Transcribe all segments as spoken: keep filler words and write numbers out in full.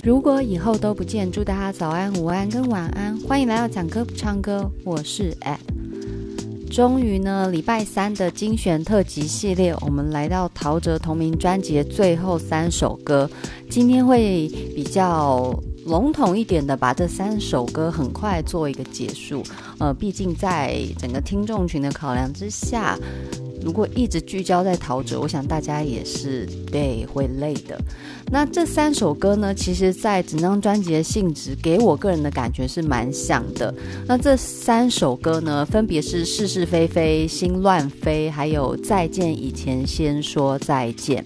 如果以后都不见，祝大家早安、午安跟晚安。欢迎来到讲歌不唱歌，我是 Ed。终于呢，礼拜三的精选特辑系列，我们来到陶喆同名专辑的最后三首歌。今天会比较笼统一点的把这三首歌很快做一个结束。呃，毕竟在整个听众群的考量之下，如果一直聚焦在陶喆，我想大家也是对会累的。那这三首歌呢，其实在整张专辑的性质给我个人的感觉是蛮像的。那这三首歌呢，分别是是是非非、心乱飞，还有再见以前先说再见。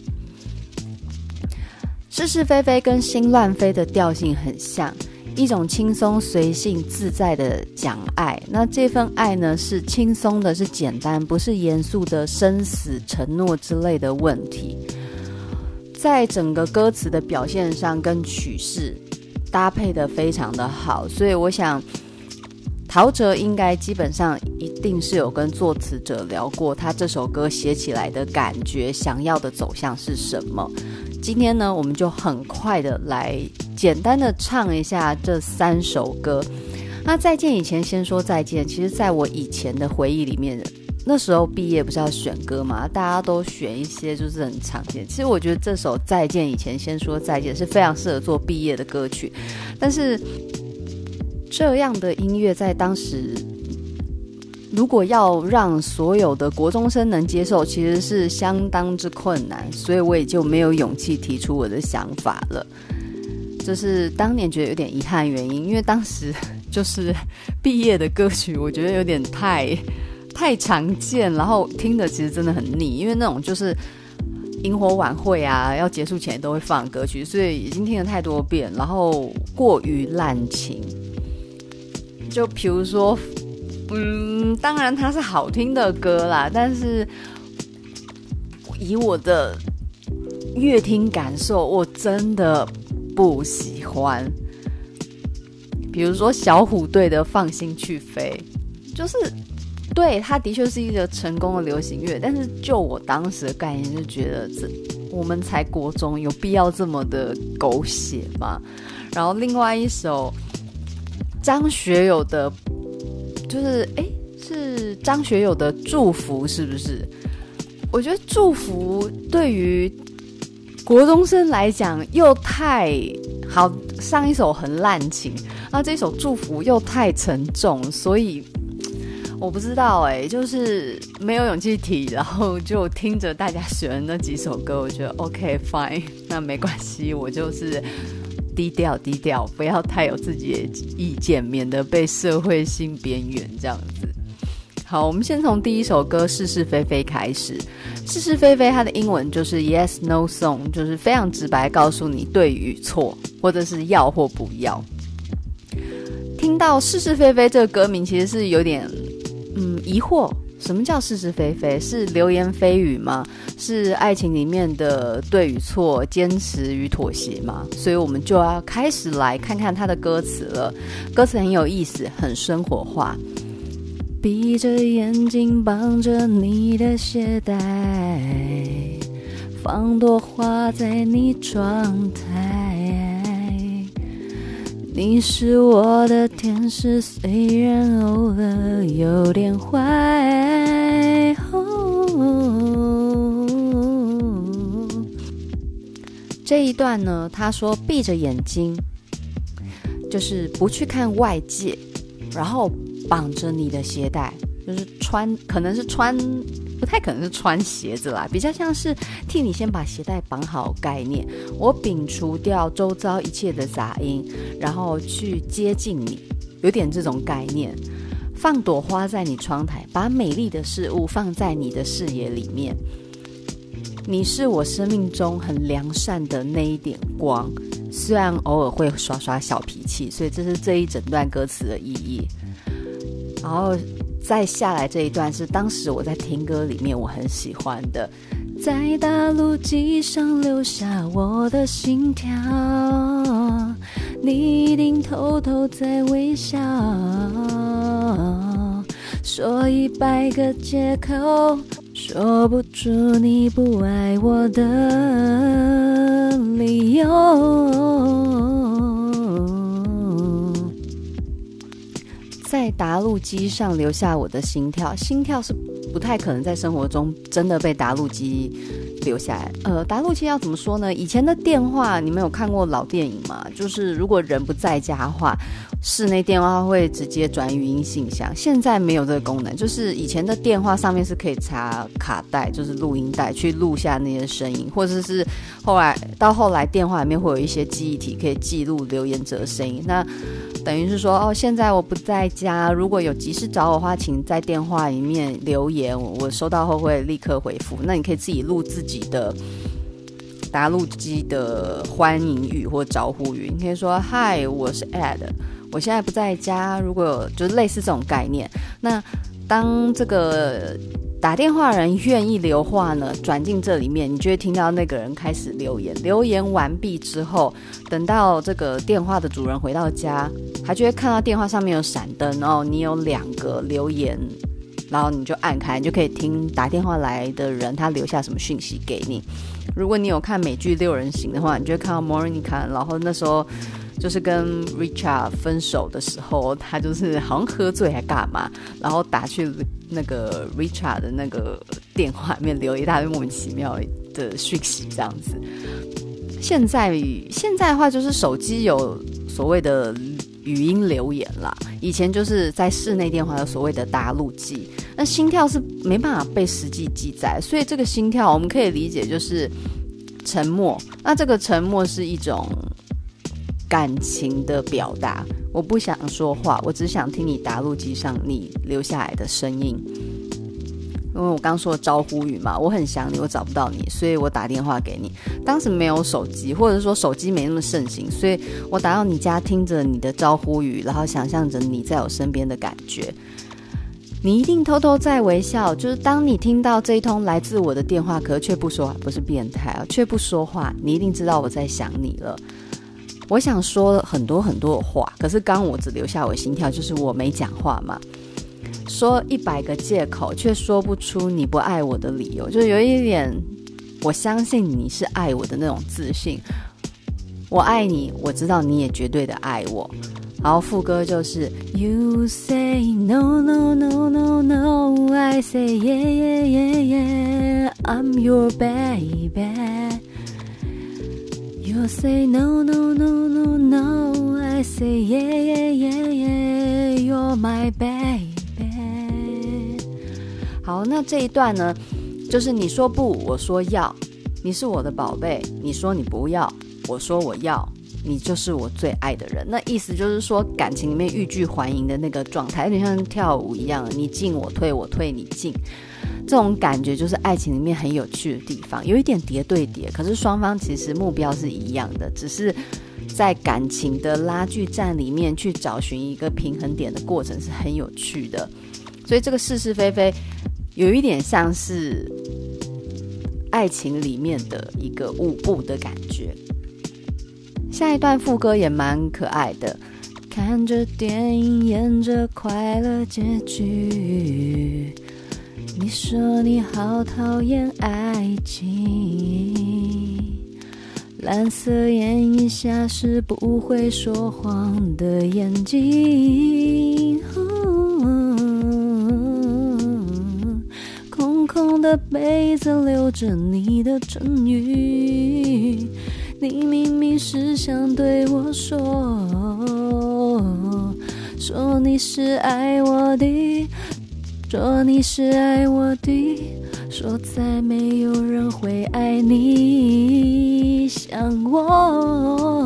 是是非非跟心乱飞的调性很像，一种轻松随性自在的讲爱。那这份爱呢，是轻松的，是简单，不是严肃的生死承诺之类的问题。在整个歌词的表现上跟曲式搭配的非常的好，所以我想陶喆应该基本上一定是有跟作词者聊过他这首歌写起来的感觉，想要的走向是什么。今天呢，我们就很快的来简单的唱一下这三首歌。那再见以前先说再见，其实在我以前的回忆里面，那时候毕业不是要选歌嘛，大家都选一些就是很常见。其实我觉得这首再见以前先说再见是非常适合做毕业的歌曲，但是这样的音乐在当时如果要让所有的国中生能接受，其实是相当之困难，所以我也就没有勇气提出我的想法了。这是当年觉得有点遗憾的原因，因为当时就是毕业的歌曲我觉得有点太太常见，然后听的其实真的很腻，因为那种就是萤火晚会啊要结束前都会放歌曲，所以已经听了太多遍，然后过于滥情。就比如说嗯，当然它是好听的歌啦，但是以我的乐听感受，我真的不喜欢。比如说小虎队的放心去飞，就是对，它的确是一个成功的流行乐，但是就我当时的概念就觉得这我们才国中，有必要这么的狗血吗？然后另外一首张学友的，就是诶是张学友的祝福，是不是？我觉得祝福对于国中生来讲又太好，上一首很滥情，那这首祝福又太沉重，所以我不知道哎、欸，就是没有勇气提，然后就听着大家选的那几首歌，我觉得 OK fine， 那没关系，我就是低调低调，不要太有自己的意见，免得被社会性边缘这样子。好，我们先从第一首歌是是非非开始。是是非非它的英文就是 yes no song， 就是非常直白告诉你对与错，或者是要或不要。听到是是非非这个歌名其实是有点嗯疑惑，什么叫是是非非？是流言蜚语吗？是爱情里面的对与错、坚持与妥协吗？所以我们就要开始来看看它的歌词了。歌词很有意思，很生活化。闭着眼睛绑着你的鞋带，放朵花在你窗台，你是我的天使，虽然偶尔有点坏、哦、这一段呢，他说闭着眼睛就是不去看外界，然后绑着你的鞋带，就是穿，可能是穿，不太可能是穿鞋子啦，比较像是替你先把鞋带绑好概念。我摒除掉周遭一切的杂音，然后去接近你，有点这种概念。放朵花在你窗台，把美丽的事物放在你的视野里面。你是我生命中很良善的那一点光，虽然偶尔会耍耍小脾气，所以这是这一整段歌词的意义。然后再下来这一段是当时我在听歌里面我很喜欢的，在大路机上留下我的心跳，你一定偷偷在微笑，说一百个借口说不出你不爱我的理由。在答录机上留下我的心跳，心跳是不太可能在生活中真的被答录机留下来。呃，答录机要怎么说呢？以前的电话，你们有看过老电影吗？就是如果人不在家的话，室内电话会直接转语音信箱。现在没有这个功能，就是以前的电话上面是可以插卡带，就是录音带去录下那些声音，或者是后来到后来电话里面会有一些记忆体可以记录留言者的声音。那等于是说，哦，现在我不在家，如果有急事找我的话，请在电话里面留言，我收到后会立刻回复。那你可以自己录自己的答录机的欢迎语或招呼语，你可以说嗨，我是 Ed， 我现在不在家，如果有就是类似这种概念。那当这个打电话人愿意留话呢，转进这里面，你就会听到那个人开始留言。留言完毕之后，等到这个电话的主人回到家，他就会看到电话上面有闪灯，然后你有两个留言，然后你就按开，你就可以听打电话来的人他留下什么讯息给你。如果你有看美剧六人行的话，你就会看到 Monica， 然后那时候就是跟 Richard 分手的时候，他就是好像喝醉还干嘛，然后打去那个 Richard 的那个电话里面留一大堆莫名其妙的讯息这样子。现在现在的话就是手机有所谓的语音留言啦，以前就是在室内电话有所谓的答录机，那心跳是没办法被实际记载，所以这个心跳我们可以理解就是沉默。那这个沉默是一种感情的表达，我不想说话，我只想听你答录机上你留下来的声音。因为我刚说的招呼语嘛，我很想你，我找不到你，所以我打电话给你。当时没有手机，或者说手机没那么盛行，所以我打到你家，听着你的招呼语，然后想象着你在我身边的感觉。你一定偷偷在微笑，就是当你听到这一通来自我的电话，可是却不说话，不是变态啊，却不说话，你一定知道我在想你了。我想说很多很多的话，可是刚我只留下我的心跳，就是我没讲话嘛。说一百个借口，却说不出你不爱我的理由，就是有一点我相信你是爱我的那种自信。我爱你，我知道你也绝对的爱我。然后副歌就是 You say no no no no no I say yeah yeah yeah yeah I'm your baby You say no no no no no I say yeah yeah yeah yeah You're my baby。 好，那这一段呢，就是你说不，我说要，你是我的宝贝，你说你不要，我说我要，你就是我最爱的人。那意思就是说感情里面欲拒还迎的那个状态，有点像跳舞一样，你进我退，我退你进，这种感觉就是爱情里面很有趣的地方，有一点叠对叠，可是双方其实目标是一样的，只是在感情的拉锯战里面去找寻一个平衡点的过程是很有趣的。所以这个是是非非有一点像是爱情里面的一个舞步的感觉。下一段副歌也蛮可爱的，看着电影演着快乐结局，你说你好讨厌爱情，蓝色眼影下是不会说谎的眼睛，空空的杯子留着你的唇语，你明明是想对我说，说你是爱我的，说你是爱我的，说再没有人会爱你像我。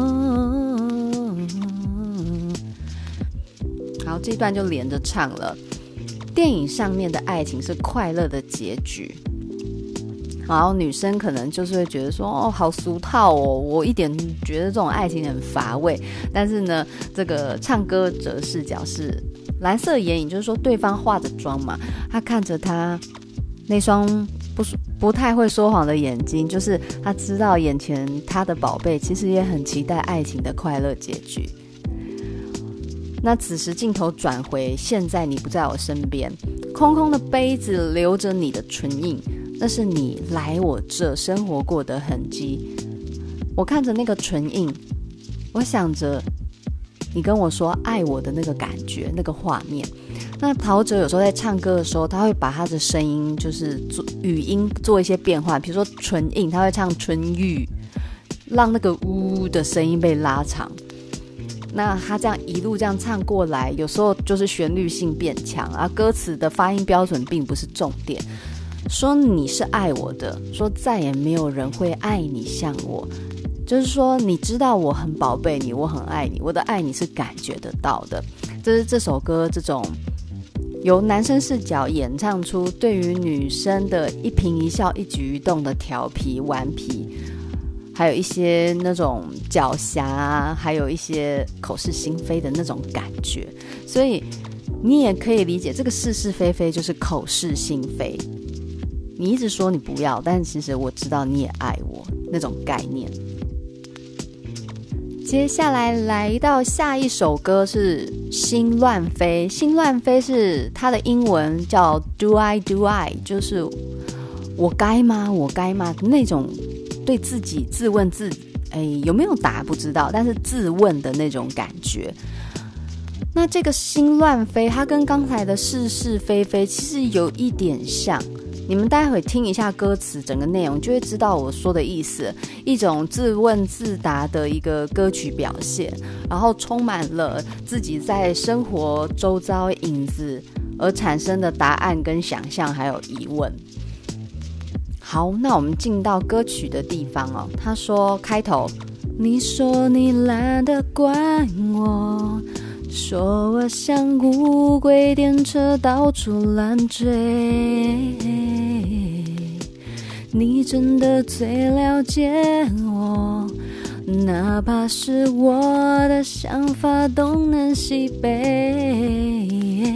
好，这段就连着唱了。电影上面的爱情是快乐的结局，然后女生可能就是会觉得说，哦，好俗套哦，我一点觉得这种爱情很乏味。但是呢，这个唱歌者视角是蓝色眼影，就是说对方化着妆嘛，他看着他那双不不太会说谎的眼睛，就是他知道眼前他的宝贝其实也很期待爱情的快乐结局。 那此时镜头转回现在你不在我身边，空空的杯子留着你的唇印，那是你来我这生活过的痕迹。我看着那个唇印，我想着你跟我说爱我的那个感觉，那个画面。那陶喆有时候在唱歌的时候，他会把他的声音就是做语音做一些变化，比如说唇印，他会唱春玉，让那个呜的声音被拉长。那他这样一路这样唱过来，有时候就是旋律性变强啊，歌词的发音标准并不是重点。说你是爱我的，说再也没有人会爱你像我，就是说你知道我很宝贝你，我很爱你，我的爱你是感觉得到的。这是这首歌这种由男生视角演唱出对于女生的一颦一笑一举一动的调皮顽皮，还有一些那种狡黠啊，还有一些口是心非的那种感觉。所以你也可以理解这个是是非非就是口是心非，你一直说你不要，但其实我知道你也爱我那种概念。接下来来到下一首歌是心乱飞，心乱飞是它的英文叫 Do I Do I， 就是我该吗我该吗那种对自己自问自哎有没有答不知道，但是自问的那种感觉。那这个心乱飞它跟刚才的是是非非其实有一点像，你们待会听一下歌词整个内容就会知道我说的意思，一种自问自答的一个歌曲表现，然后充满了自己在生活周遭影子而产生的答案跟想象还有疑问。好，那我们进到歌曲的地方哦。他说开头，你说你懒得管我，说我像乌龟电车到处乱追，你真的最了解我，哪怕是我的想法东南西北。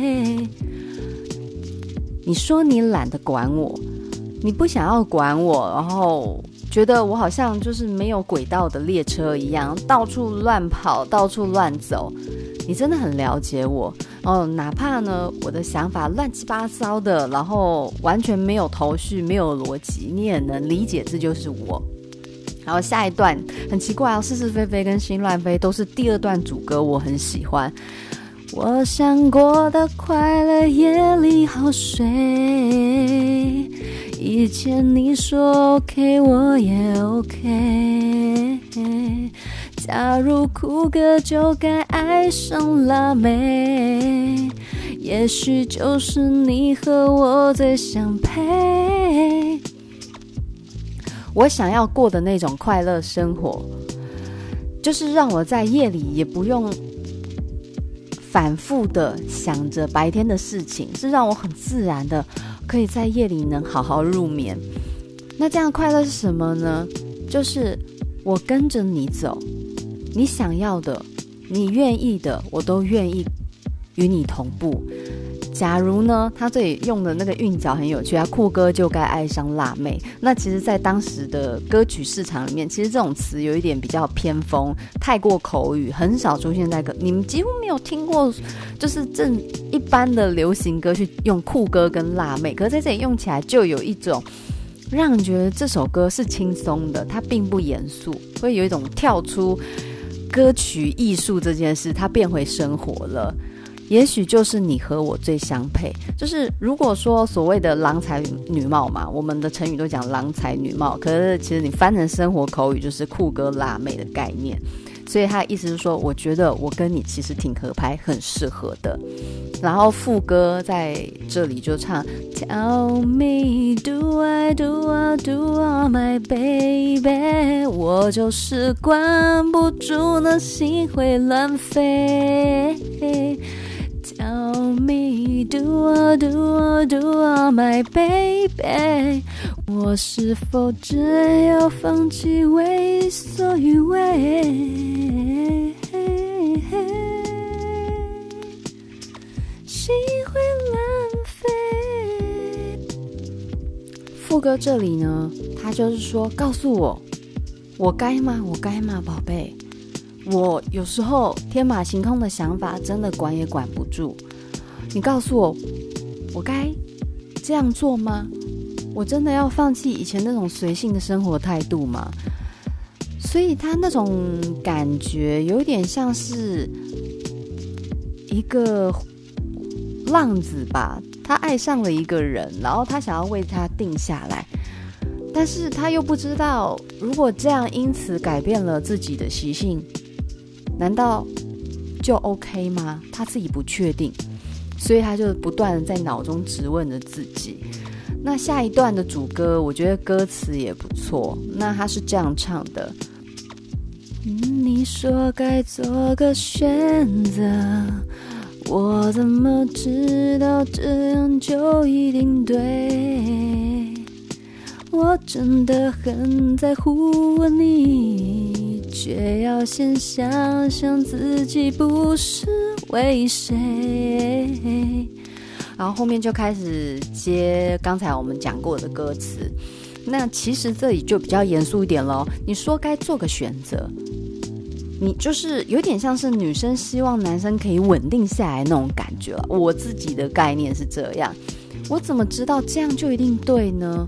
你说你懒得管我，你不想要管我，然后觉得我好像就是没有轨道的列车一样，到处乱跑，到处乱走。你真的很了解我哦，哪怕呢我的想法乱七八糟的，然后完全没有头绪，没有逻辑，你也能理解这就是我。然后下一段很奇怪哦，是是非非跟心乱飞都是第二段主歌，我很喜欢。我想过的快乐夜里好睡，以前你说 OK 我也 OK， 假如酷哥就该爱上辣妹，也许就是你和我最相配。我想要过的那种快乐生活，就是让我在夜里也不用反复的想着白天的事情，是让我很自然的可以在夜里能好好入眠。那这样快乐是什么呢？就是我跟着你走，你想要的，你愿意的，我都愿意与你同步。假如呢，他这里用的那个韵脚很有趣啊，酷哥就该爱上辣妹。那其实在当时的歌曲市场里面，其实这种词有一点比较偏锋，太过口语，很少出现在歌，你们几乎没有听过就是正一般的流行歌去用酷哥跟辣妹，可是在这里用起来就有一种让人觉得这首歌是轻松的，它并不严肃，会有一种跳出歌曲艺术这件事，它变回生活了。也许就是你和我最相配，就是如果说所谓的郎才女貌嘛，我们的成语都讲郎才女貌，可是其实你翻成生活口语就是酷哥辣妹的概念。所以他的意思是说，我觉得我跟你其实挺合拍，很适合的。然后副歌在这里就唱 Tell me do I do I do I my baby， 我就是管不住那心会乱飞。Tell me do I do I do I my baby， 我是否真要放弃为所欲为？心会乱飞。副歌这里呢，他就是说告诉我，我该吗？我该吗，宝贝？ 我有时候天马行空的想法真的管也管不住。你告诉我，我该这样做吗？我真的要放弃以前那种随性的生活态度吗？所以他那种感觉有点像是一个浪子吧，他爱上了一个人，然后他想要为他定下来，但是他又不知道，如果这样因此改变了自己的习性，难道就 OK 吗？他自己不确定，所以他就不断的在脑中质问着自己。那下一段的主歌，我觉得歌词也不错。那他是这样唱的：你说该做个选择，我怎么知道这样就一定对？我真的很在乎你，却要先想想自己不是为谁。然后后面就开始接刚才我们讲过的歌词。那其实这里就比较严肃一点咯，你说该做个选择，你就是有点像是女生希望男生可以稳定下来那种感觉了。我自己的概念是这样，我怎么知道这样就一定对呢？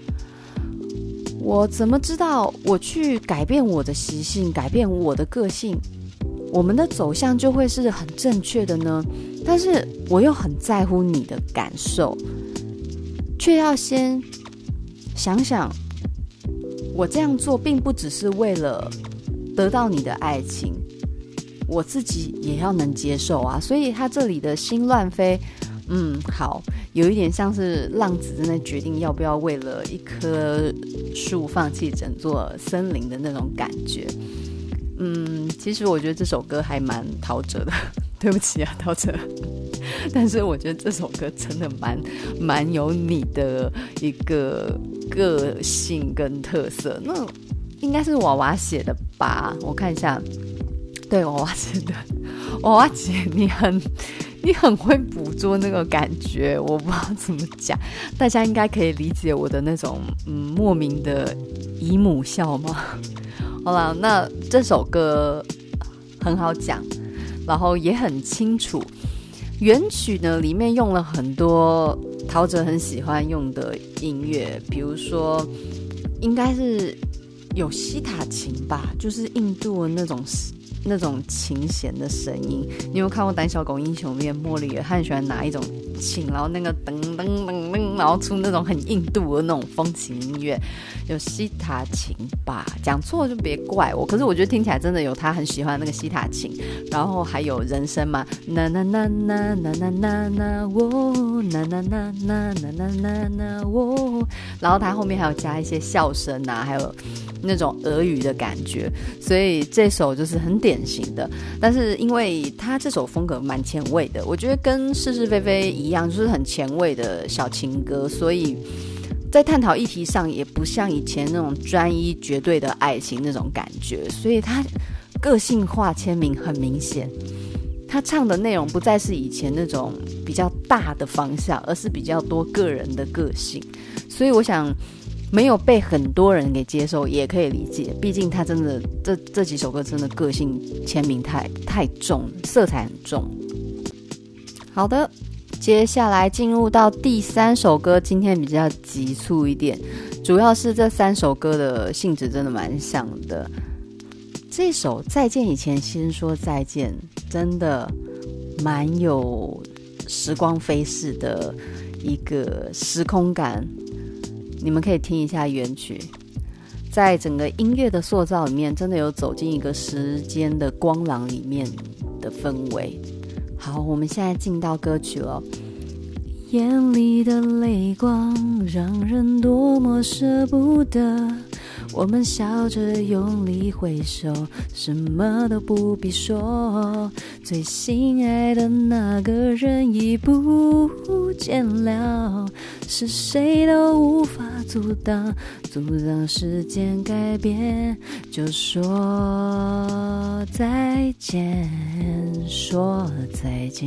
我怎么知道我去改变我的习性，改变我的个性，我们的走向就会是很正确的呢？但是我又很在乎你的感受，却要先想想，我这样做并不只是为了得到你的爱情，我自己也要能接受啊。所以他这里的心乱飞，嗯，好，有一点像是浪子正在决定要不要为了一棵树放弃整座森林的那种感觉。嗯，其实我觉得这首歌还蛮陶喆的，对不起啊，陶喆。但是我觉得这首歌真的蛮蛮有你的一个个性跟特色。那应该是娃娃写的吧？我看一下，对，娃娃写的。娃娃姐，你很你很会捕捉那个感觉，我不知道怎么讲，大家应该可以理解我的那种嗯莫名的姨母笑吗？好啦，那这首歌很好讲，然后也很清楚。原曲呢里面用了很多陶喆很喜欢用的音乐，比如说应该是有西塔琴吧，就是印度的那种那种琴弦的声音。你有看过《胆小狗英雄》里面莫里尔，他很喜欢拿一种琴，然后那个噔噔噔噔，然后出那种很印度的那种风情音乐，有西塔琴吧，讲错就别怪我。可是我觉得听起来真的有他很喜欢那个西塔琴，然后还有人声嘛，na na na na na na na na wo na na na na na na na na wo，然后他后面还有加一些笑声啊，还有那种俄语的感觉，所以这首就是很典型的。但是因为他这首风格蛮前卫的，我觉得跟是是非非一样，就是很前卫的小情歌，所以在探讨议题上也不像以前那种专一绝对的爱情那种感觉，所以他个性化签名很明显。他唱的内容不再是以前那种比较大的方向，而是比较多个人的个性，所以我想没有被很多人给接受也可以理解，毕竟他真的这这几首歌真的个性签名太太重，色彩很重。好的，接下来进入到第三首歌，今天比较急促一点，主要是这三首歌的性质真的蛮像的。这首再见以前先说再见真的蛮有时光飞逝的一个时空感，你们可以听一下原曲，在整个音乐的塑造里面真的有走进一个时间的光廊里面的氛围。好，我们现在进到歌曲了。眼里的泪光让人多么舍不得，我们笑着用力挥手，什么都不必说，最心爱的那个人已不见了，是谁都无法阻挡阻挡时间改变，就说再见，说再见。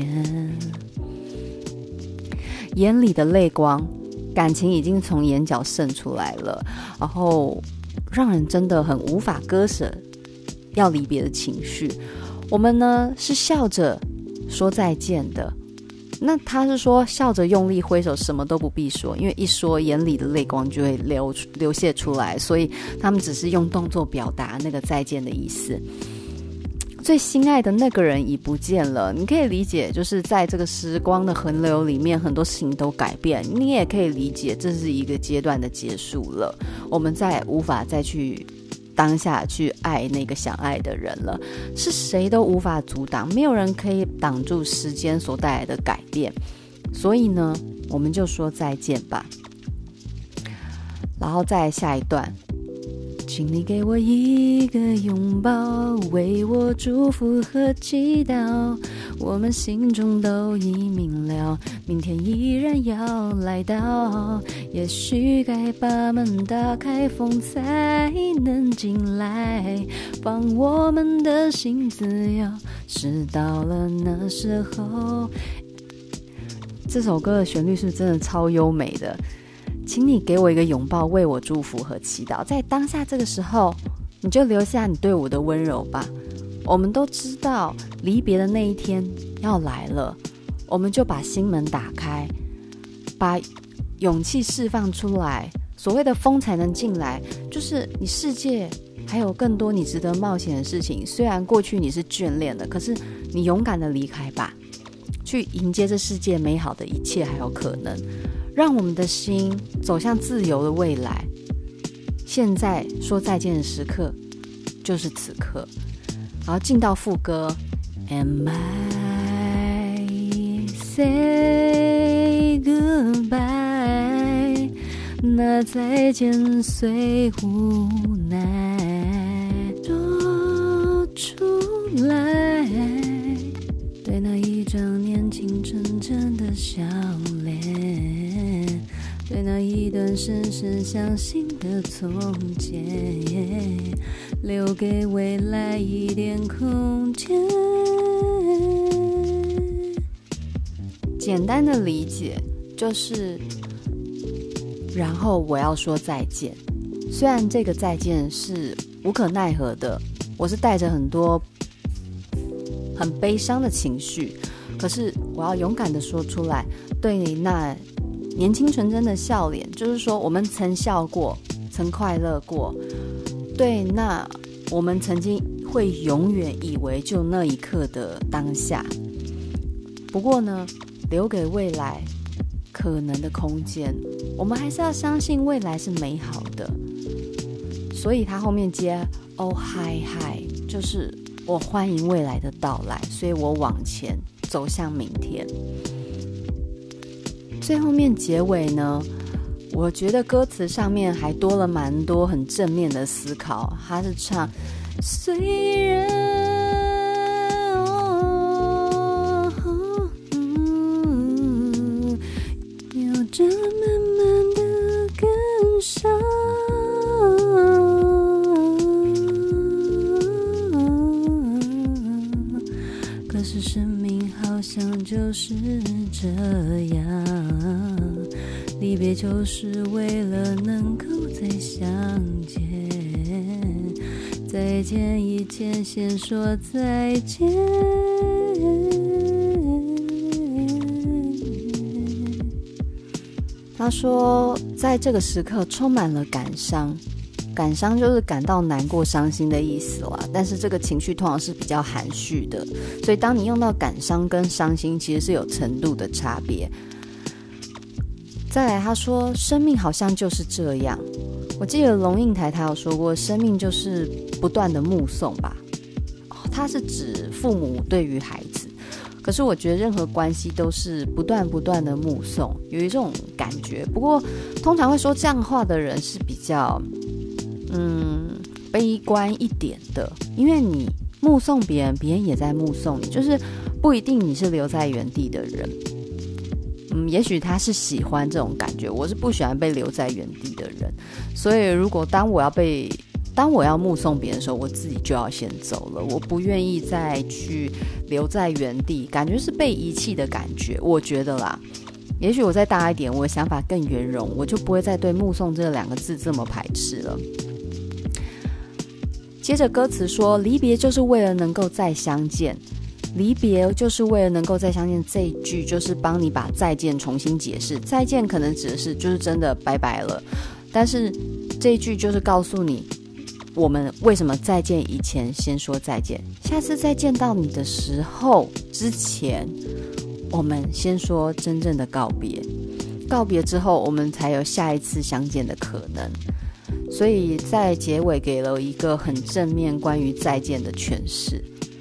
眼里的泪光，感情已经从眼角渗出来了，然后让人真的很无法割舍， 要离别的情绪。我们呢是笑着说再见的，那他是说笑着用力挥手，什么都不必说，因为一说眼里的泪光就会流流泻出来，所以他们只是用动作表达那个再见的意思。最心爱的那个人已不见了，你可以理解，就是在这个时光的河流里面，很多事情都改变。你也可以理解，这是一个阶段的结束了，我们再无法再去当下去爱那个想爱的人了，是谁都无法阻挡，没有人可以挡住时间所带来的改变。所以呢，我们就说再见吧。然后再来下一段，请你给我一个拥抱，为我祝福和祈祷，我们心中都已明了，明天依然要来到，也许该把门打开，风才能进来，放我们的心自由，是到了那时候。这首歌的旋律是真的超优美的，请你给我一个拥抱，为我祝福和祈祷，在当下这个时候，你就留下你对我的温柔吧。我们都知道离别的那一天要来了，我们就把心门打开，把勇气释放出来，所谓的风才能进来，就是你世界还有更多你值得冒险的事情。虽然过去你是眷恋的，可是你勇敢的离开吧，去迎接这世界美好的一切还有可能，让我们的心走向自由的未来。现在说再见的时刻就是此刻。然后进到副歌 And I say goodbye， 那再见虽无奈说出来，对那一张年轻纯真的笑脸，对那一段深深相信的从前，留给未来一点空间。简单的理解就是，然后我要说再见。虽然这个再见是无可奈何的，我是带着很多很悲伤的情绪，可是我要勇敢的说出来，对你那年轻纯真的笑脸，就是说我们曾笑过，曾快乐过，对那我们曾经会永远以为就那一刻的当下。不过呢，留给未来可能的空间，我们还是要相信未来是美好的。所以他后面接 Oh hi hi， 就是我欢迎未来的到来，所以我往前走向明天。最后面结尾呢，我觉得歌词上面还多了蛮多很正面的思考。他是唱虽然、哦嗯、有着慢慢的感伤，可是生命好像就是这样，离别就是为了能够再相见，再见以前先说再见。他说在这个时刻充满了感伤，感伤就是感到难过伤心的意思啦，但是这个情绪通常是比较含蓄的，所以当你用到感伤跟伤心其实是有程度的差别。再来他说生命好像就是这样，我记得龙应台他有说过生命就是不断的目送吧、哦、他是指父母对于孩子，可是我觉得任何关系都是不断不断的目送，有一种感觉。不过通常会说这样话的人是比较嗯悲观一点的，因为你目送别人，别人也在目送你，就是不一定你是留在原地的人。嗯，也许他是喜欢这种感觉，我是不喜欢被留在原地的人，所以如果当我要被当我要目送别人的时候，我自己就要先走了，我不愿意再去留在原地，感觉是被遗弃的感觉，我觉得啦。也许我再大一点，我的想法更圆融，我就不会再对目送这两个字这么排斥了。 接着歌词说，离别就是为了能够再相见，离别就是为了能够再相见，这一句就是帮你把再见重新解释。再见可能指的是就是真的拜拜了，但是这一句就是告诉你，我们为什么再见以前先说再见，下次再见到你的时候之前，我们先说真正的告别，告别之后我们才有下一次相见的可能。所以在结尾给了一个很正面关于再见的诠释。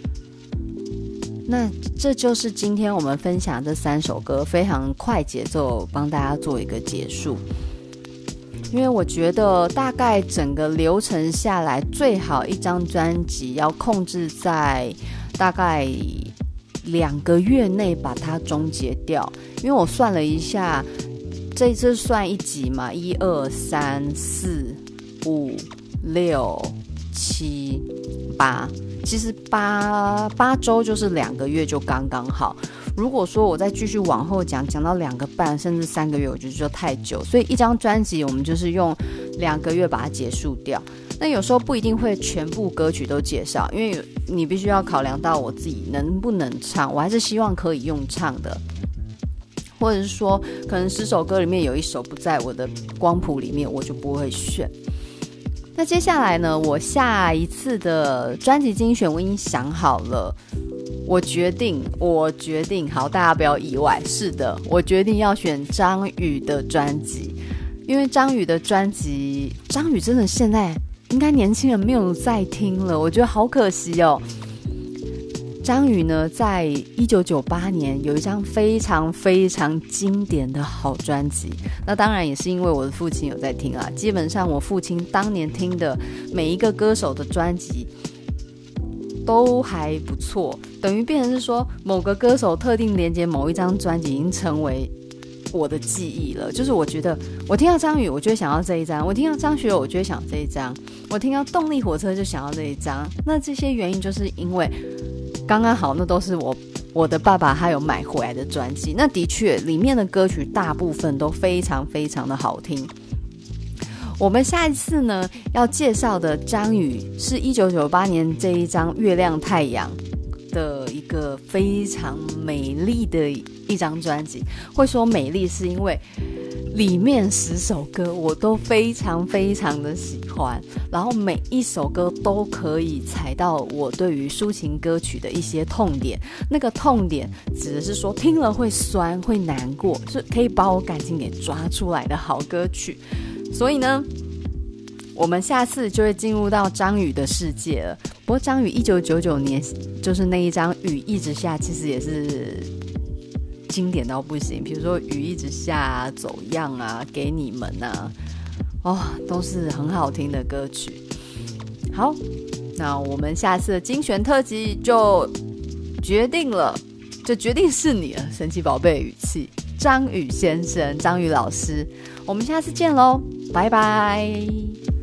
那这就是今天我们分享这三首歌，非常快节奏帮大家做一个结束。因为我觉得大概整个流程下来，最好一张专辑要控制在大概两个月内把它终结掉。因为我算了一下，这一次算一集嘛，一二三四五六七八，其实八八周就是两个月就刚刚好。如果说我再继续往后讲，讲到两个半甚至三个月，我觉得就太久。所以一张专辑我们就是用两个月把它结束掉。那有时候不一定会全部歌曲都介绍，因为你必须要考量到我自己能不能唱，我还是希望可以用唱的。或者是说可能十首歌里面有一首不在我的光谱里面，我就不会选。那接下来呢，我下一次的专辑精选我已经想好了，我决定我决定好，大家不要意外，是的，我决定要选张宇的专辑。因为张宇的专辑，张宇真的现在应该年轻人没有在听了，我觉得好可惜哦。张宇呢，在一九九八年有一张非常非常经典的好专辑，那当然也是因为我的父亲有在听啦。基本上我父亲当年听的每一个歌手的专辑都还不错，等于变成是说某个歌手特定连接某一张专辑已经成为我的记忆了。就是我觉得我听到张宇我就会想要这一张，我听到张学友我就会想要这一张，我听到动力火车就想要这一张。那这些原因就是因为刚刚好那都是我我的爸爸他有买回来的专辑，那的确里面的歌曲大部分都非常非常的好听。我们下一次呢要介绍的张宇是一九九八年这一张月亮太阳的一个非常美丽的一张专辑。会说美丽是因为里面十首歌我都非常非常的喜欢，然后每一首歌都可以踩到我对于抒情歌曲的一些痛点。那个痛点指的是说听了会酸会难过，是可以把我感情给抓出来的好歌曲。所以呢我们下次就会进入到张宇的世界了。不过张宇一九九九年就是那一张雨一直下，其实也是经典到不行，比如说雨一直下啊，走样啊，给你们啊，哦，都是很好听的歌曲。好，那我们下次的精选特辑就决定了，就决定是你了，神奇宝贝语气，张宇先生，张宇老师，我们下次见咯，拜拜。